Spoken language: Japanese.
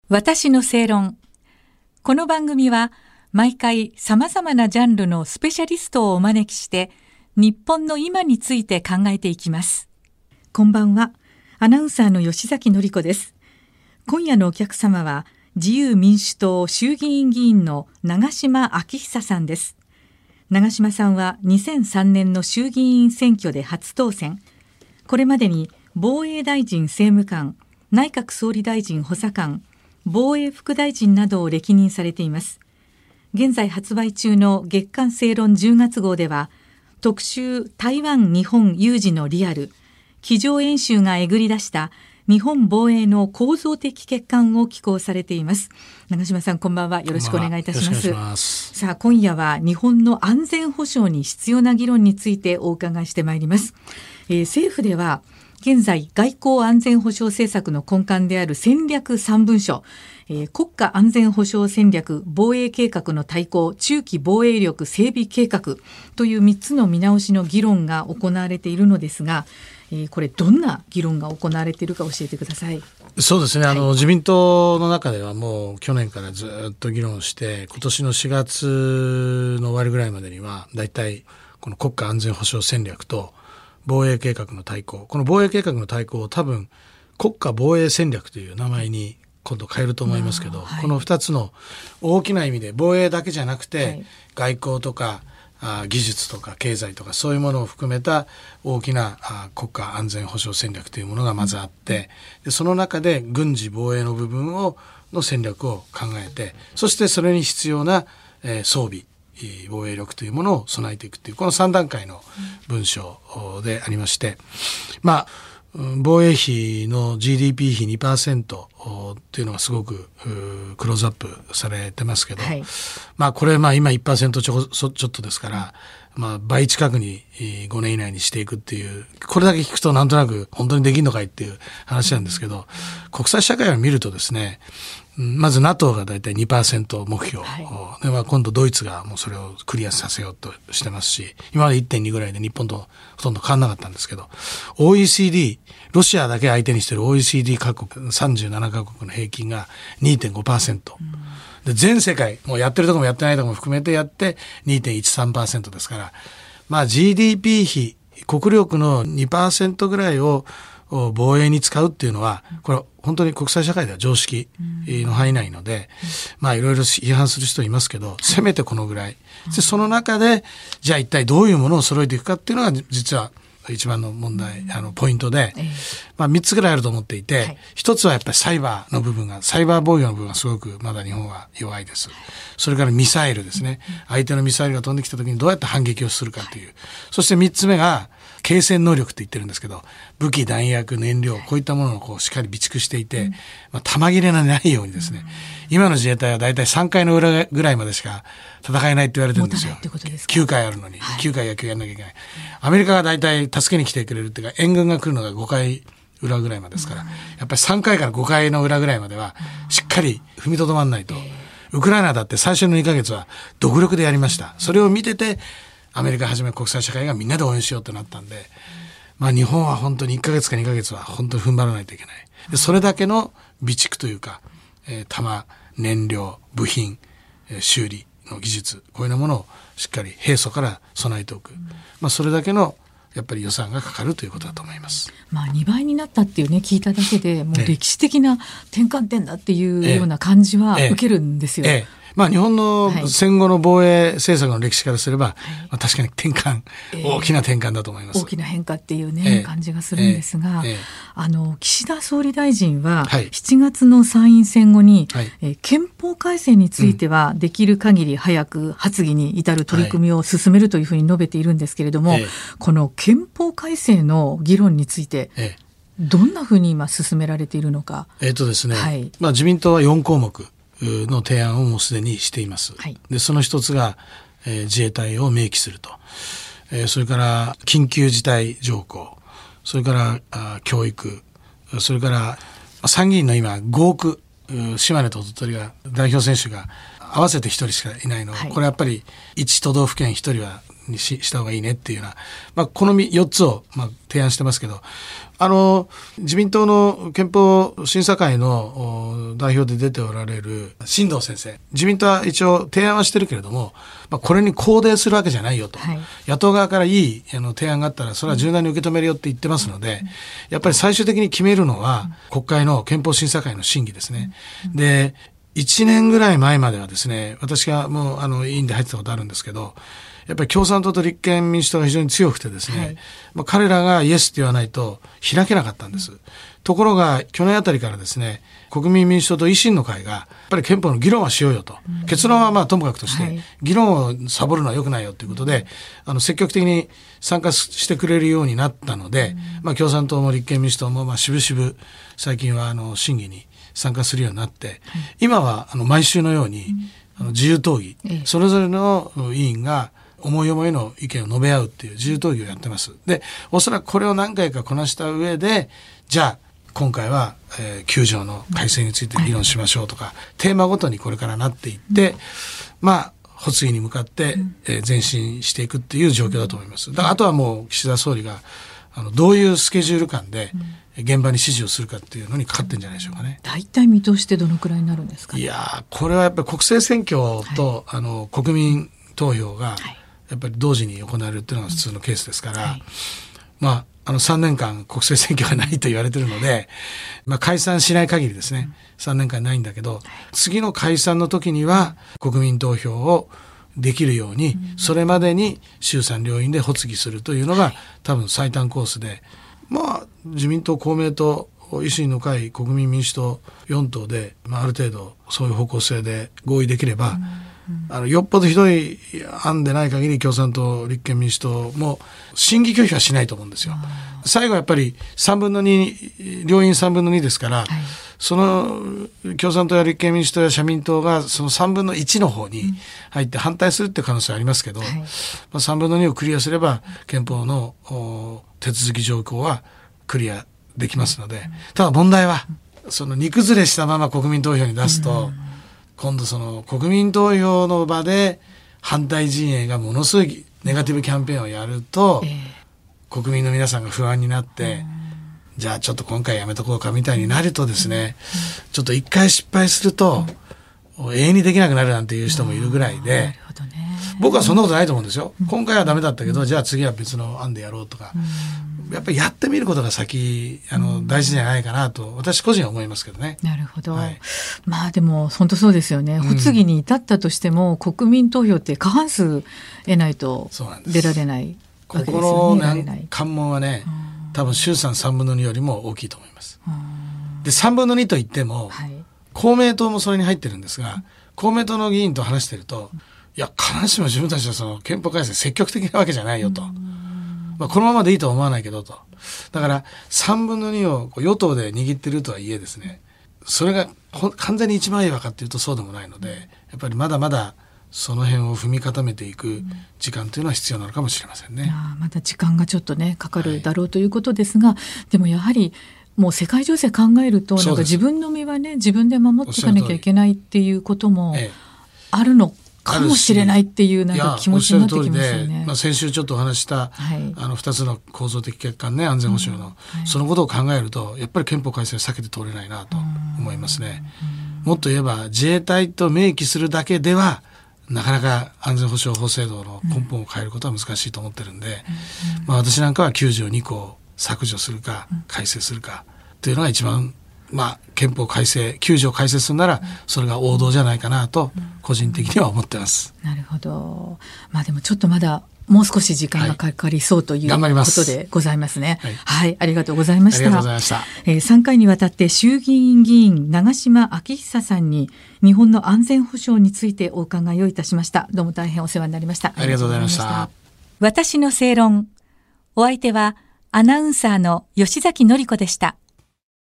私の正論。この番組は毎回様々なジャンルのスペシャリストをお招きして日本の今について考えていきます。こんばんは。アナウンサーの吉崎紀子です。今夜のお客様は自由民主党衆議院議員の長島昭久さんです。長島さんは2003年の衆議院選挙で初当選。これまでに防衛大臣政務官、内閣総理大臣補佐官、防衛副大臣などを歴任されています。現在発売中の月刊正論10月号では、特集台湾日本有事のリアル、机上演習がえぐり出した日本防衛の構造的欠陥を寄稿されています。長島さん、こんばんは。よろしくお願いいたします。さあ、今夜は日本の安全保障に必要な議論についてお伺いしてまいります。政府では現在外交安全保障政策の根幹である戦略3文書、国家安全保障戦略防衛計画の大綱中期防衛力整備計画という3つの見直しの議論が行われているのですが、これどんな議論が行われているか教えてください。 そうですね、自民党の中ではもう去年からずっと議論して今年の4月の終わりぐらいまでにはだいたいこの国家安全保障戦略と防衛計画の大綱、この防衛計画の大綱を多分国家防衛戦略という名前に今度変えると思いますけど、この2つの大きな意味で防衛だけじゃなくて、外交とか技術とか経済とかそういうものを含めた大きな国家安全保障戦略というものがまずあって、でその中で軍事防衛の部分の戦略を考えて、そしてそれに必要な装備防衛力というものを備えていくというこの3段階の文書でありまして、防衛費の GDP 比 2% というのがすごくクローズアップされてますけど、これ今 1% ちょっとですから、倍近くに5年以内にしていくっていう、これだけ聞くとなんとなく本当にできるのかいっていう話なんですけど、国際社会を見るとですね、まず NATO がだいたい 2% 目標、で今度ドイツがもうそれをクリアさせようとしてますし、今まで 1.2 ぐらいで日本とほとんど変わんなかったんですけど、 OECD、 ロシアだけ相手にしている OECD 各国37カ国の平均が 2.5%、で全世界もうやってるとこもやってないとこも含めてやって 2.13% ですから、GDP 比国力の 2% ぐらいを防衛に使うっていうのはこれ本当に国際社会では常識の範囲内ので、いろいろ批判する人いますけど、せめてこのぐらいで、その中でじゃあ一体どういうものを揃えていくかっていうのが実は一番の問題、ポイントで、3つぐらいあると思っていて、1つはやっぱりサイバーの部分が、サイバー防御の部分がすごくまだ日本は弱いです。それからミサイルですね、相手のミサイルが飛んできた時にどうやって反撃をするかという、そして3つ目が継戦能力って言ってるんですけど、武器弾薬燃料こういったものをしっかり備蓄していて、弾切れがないようにですね、今の自衛隊はだいたい3回の裏ぐらいまでしか戦えないって言われてるんですよ。9回あるのに9回野球やんなきゃいけない。アメリカがだいたい助けに来てくれるっていうか、援軍が来るのが5回裏ぐらいまでですから、やっぱり3回から5回の裏ぐらいまではしっかり踏みとどまんないと。ウクライナだって最初の2ヶ月は独力でやりました。それを見ててアメリカはじめ国際社会がみんなで応援しようとなったんで、日本は本当に1ヶ月か2ヶ月は本当に踏ん張らないといけない。でそれだけの備蓄というか、弾、燃料、部品、修理の技術、こういうようなものをしっかり平素から備えておく。それだけのやっぱり予算がかかるということだと思います。 2倍になったっていうね、聞いただけでもう歴史的な転換点だっていうような感じは受けるんですよ。 日本の戦後の防衛政策の歴史からすれば、確かに転換、大きな転換だと思います。 大きな変化っていうね、感じがするんですが、岸田総理大臣は7月の参院選後に、憲法改正についてはできる限り早く発議に至る取り組みを進めるというふうに述べているんですけれども、この憲法改正の議論について、どんなふうに今進められているのか。 ですね、自民党は4項目の提案をもうすでにしています。でその一つが、自衛隊を明記すると、それから緊急事態条項、それから教育、それから参議院の今5億島根と鳥取が代表選手が合わせて1人しかいないの、これやっぱり1都道府県1人はにした方がいいねっていうような、この4つを提案してますけど、自民党の憲法審査会の代表で出ておられる新藤先生、自民党は一応提案はしてるけれども、これに肯定するわけじゃないよと、野党側からいい提案があったらそれは柔軟に受け止めるよって言ってますので、やっぱり最終的に決めるのは国会の憲法審査会の審議ですね。で、1年ぐらい前まではですね、私がもう委員で入ってたことあるんですけど、やっぱり共産党と立憲民主党が非常に強くてですね、彼らがイエスって言わないと開けなかったんです。ところが去年あたりからですね、国民民主党と維新の会がやっぱり憲法の議論はしようよと、結論はともかくとして、議論をサボるのは良くないよということで、積極的に参加してくれるようになったので、共産党も立憲民主党も渋々最近は審議に参加するようになって、今は毎週のように自由討議、それぞれの委員が思い思いの意見を述べ合うっていう自由討議をやってます。で、おそらくこれを何回かこなした上で、じゃあ今回は、9条の改正について議論しましょうとか、テーマごとにこれからなっていって、発議に向かって、前進していくっていう状況だと思います。だからあとはもう岸田総理がどういうスケジュール感で現場に指示をするかっていうのにかかってんじゃないでしょうかね。 大体見通しってどのくらいになるんですかね。 いや、これはやっぱり国政選挙と、国民投票がやっぱり同時に行われるっていうのが普通のケースですから、3年間国政選挙がないと言われているので、解散しない限りですね、3年間ないんだけど、次の解散の時には国民投票をできるように、それまでに衆参両院で発議するというのが多分最短コースで、自民党、公明党、維新の会、国民民主党4党で、ある程度そういう方向性で合意できれば、よっぽどひどい案でない限り共産党、立憲民主党も審議拒否はしないと思うんですよ。最後はやっぱり3分の2、両院3分の2ですから、その共産党や立憲民主党や社民党がその3分の1の方に入って反対するって可能性はありますけど、3分の2をクリアすれば憲法の手続き条項はクリアできますので、ただ問題はその荷崩れしたまま国民投票に出すと、今度その国民投票の場で反対陣営がものすごいネガティブキャンペーンをやると、国民の皆さんが不安になって、じゃあちょっと今回やめとこうかみたいになるとですね、ちょっと一回失敗すると永遠にできなくなるなんていう人もいるぐらいで、僕はそんなことないと思うんですよ。今回はダメだったけど、じゃあ次は別の案でやろうとか、やっぱりやってみることが先大事じゃないかなと私個人は思いますけどね。 なるほど、でも本当そうですよね。発議に至ったとしても、国民投票って過半数得ないと出られないわけですよね。 ここの関門はね、多分衆参3分の2よりも大きいと思います。で3分の2といっても、公明党もそれに入ってるんですが、公明党の議員と話してると、いや必ずしも自分たちはその憲法改正積極的なわけじゃないよと、このままでいいとは思わないけどと。だから3分の2を与党で握ってるとはいえですね、それが完全に一枚岩かっていうとそうでもないので、やっぱりまだまだその辺を踏み固めていく時間というのは必要なのかもしれませんね。 まだ時間がちょっとねかかるだろうということですが、でもやはりもう世界情勢考えると、なんか自分の身はね自分で守っていかなきゃいけないっていうこともあるのかもしれないっていうなんか気持ちになってきますよね。 先週ちょっとお話した、2つの構造的欠陥ね、安全保障の、そのことを考えるとやっぱり憲法改正は避けて通れないなと思いますね。もっと言えば自衛隊と明記するだけではなかなか安全保障法制度の根本を変えることは難しいと思ってるんで、私なんかは9条2項を削除するか改正するかというのが一番、憲法改正9条改正するならそれが王道じゃないかなと個人的には思ってます。 なるほど。でもちょっとまだもう少し時間がかかりそうということでございますね。ありがとうございました。 ありがとうございました。 3回にわたって衆議院議員長島昭久さんに日本の安全保障についてお伺いをいたしました。どうも大変お世話になりました。 ありがとうございました。 私の正論。お相手はアナウンサーの吉崎典子でした。